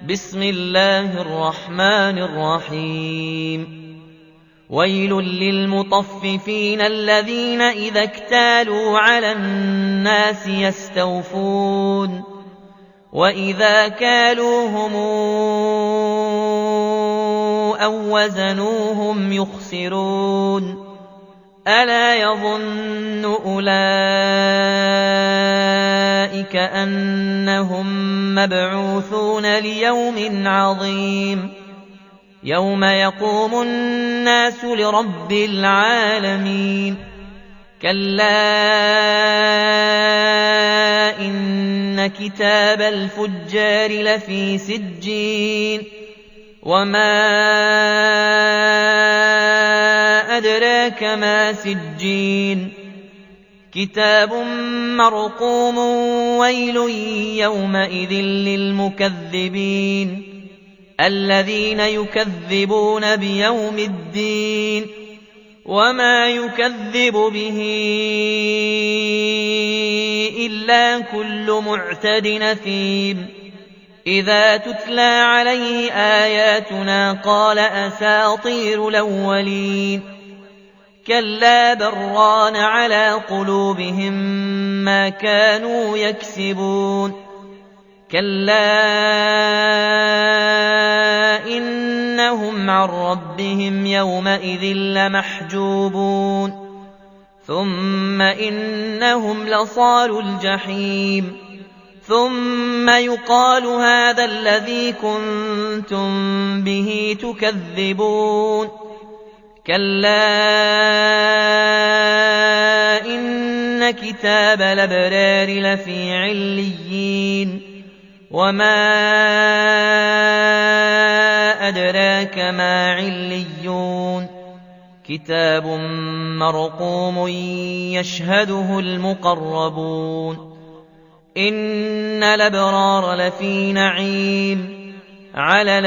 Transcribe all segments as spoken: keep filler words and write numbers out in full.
بسم الله الرحمن الرحيم ويل للمطففين الذين إذا اكتالوا على الناس يستوفون وإذا كالوهم أو وزنوهم يخسرون ألا يظن أولئك أنهم مبعوثون ليوم عظيم يوم يقوم الناس لرب العالمين كلا إن كتاب الفجار لفي سجين وما أدراك ما سجين كتاب مرقوم ويل يومئذ للمكذبين الذين يكذبون بيوم الدين وما يكذب به إلا كل معتد أثيم إذا تتلى عليه آياتنا قال أساطير الأولين كلا بران على قلوبهم ما كانوا يكسبون كلا إنهم عن ربهم يومئذ لمحجوبون ثم إنهم لصالو الجحيم ثم يقال هذا الذي كنتم به تكذبون كلا إن كتاب الأبرار لفي عليين وما أدراك ما عليون كتاب مرقوم يشهده المقربون إن الأبرار لفي نعيم على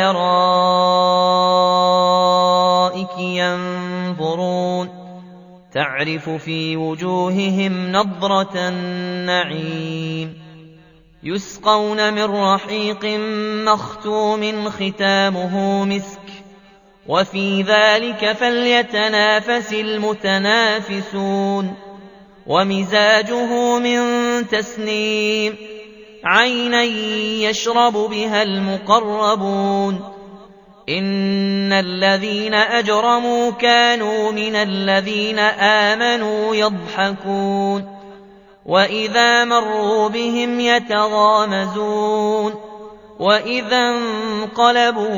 الأرائك ينظرون تعرف في وجوههم نضرة النعيم يسقون من رحيق مختوم ختامه مسك وفي ذلك فليتنافس المتنافسون ومزاجه من تسنيم عينا يشرب بها المقربون إن الذين أجرموا كانوا من الذين آمنوا يضحكون وإذا مروا بهم يتغامزون وإذا انقلبوا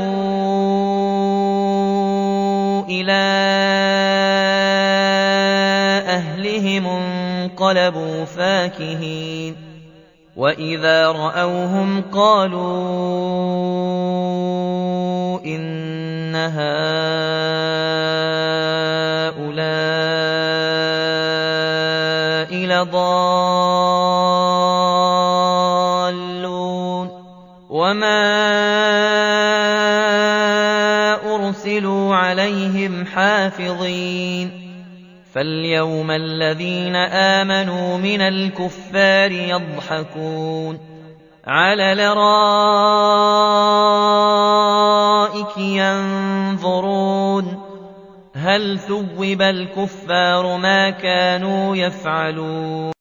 إلى أهلهم انقلبوا فاكهين وإذا رأوهم قالوا إن هؤلاء لضالون وما أرسلوا عليهم حافظين فاليوم الذين آمنوا من الكفار يضحكون على الأرائك ينظرون هل ثوب الكفار ما كانوا يفعلون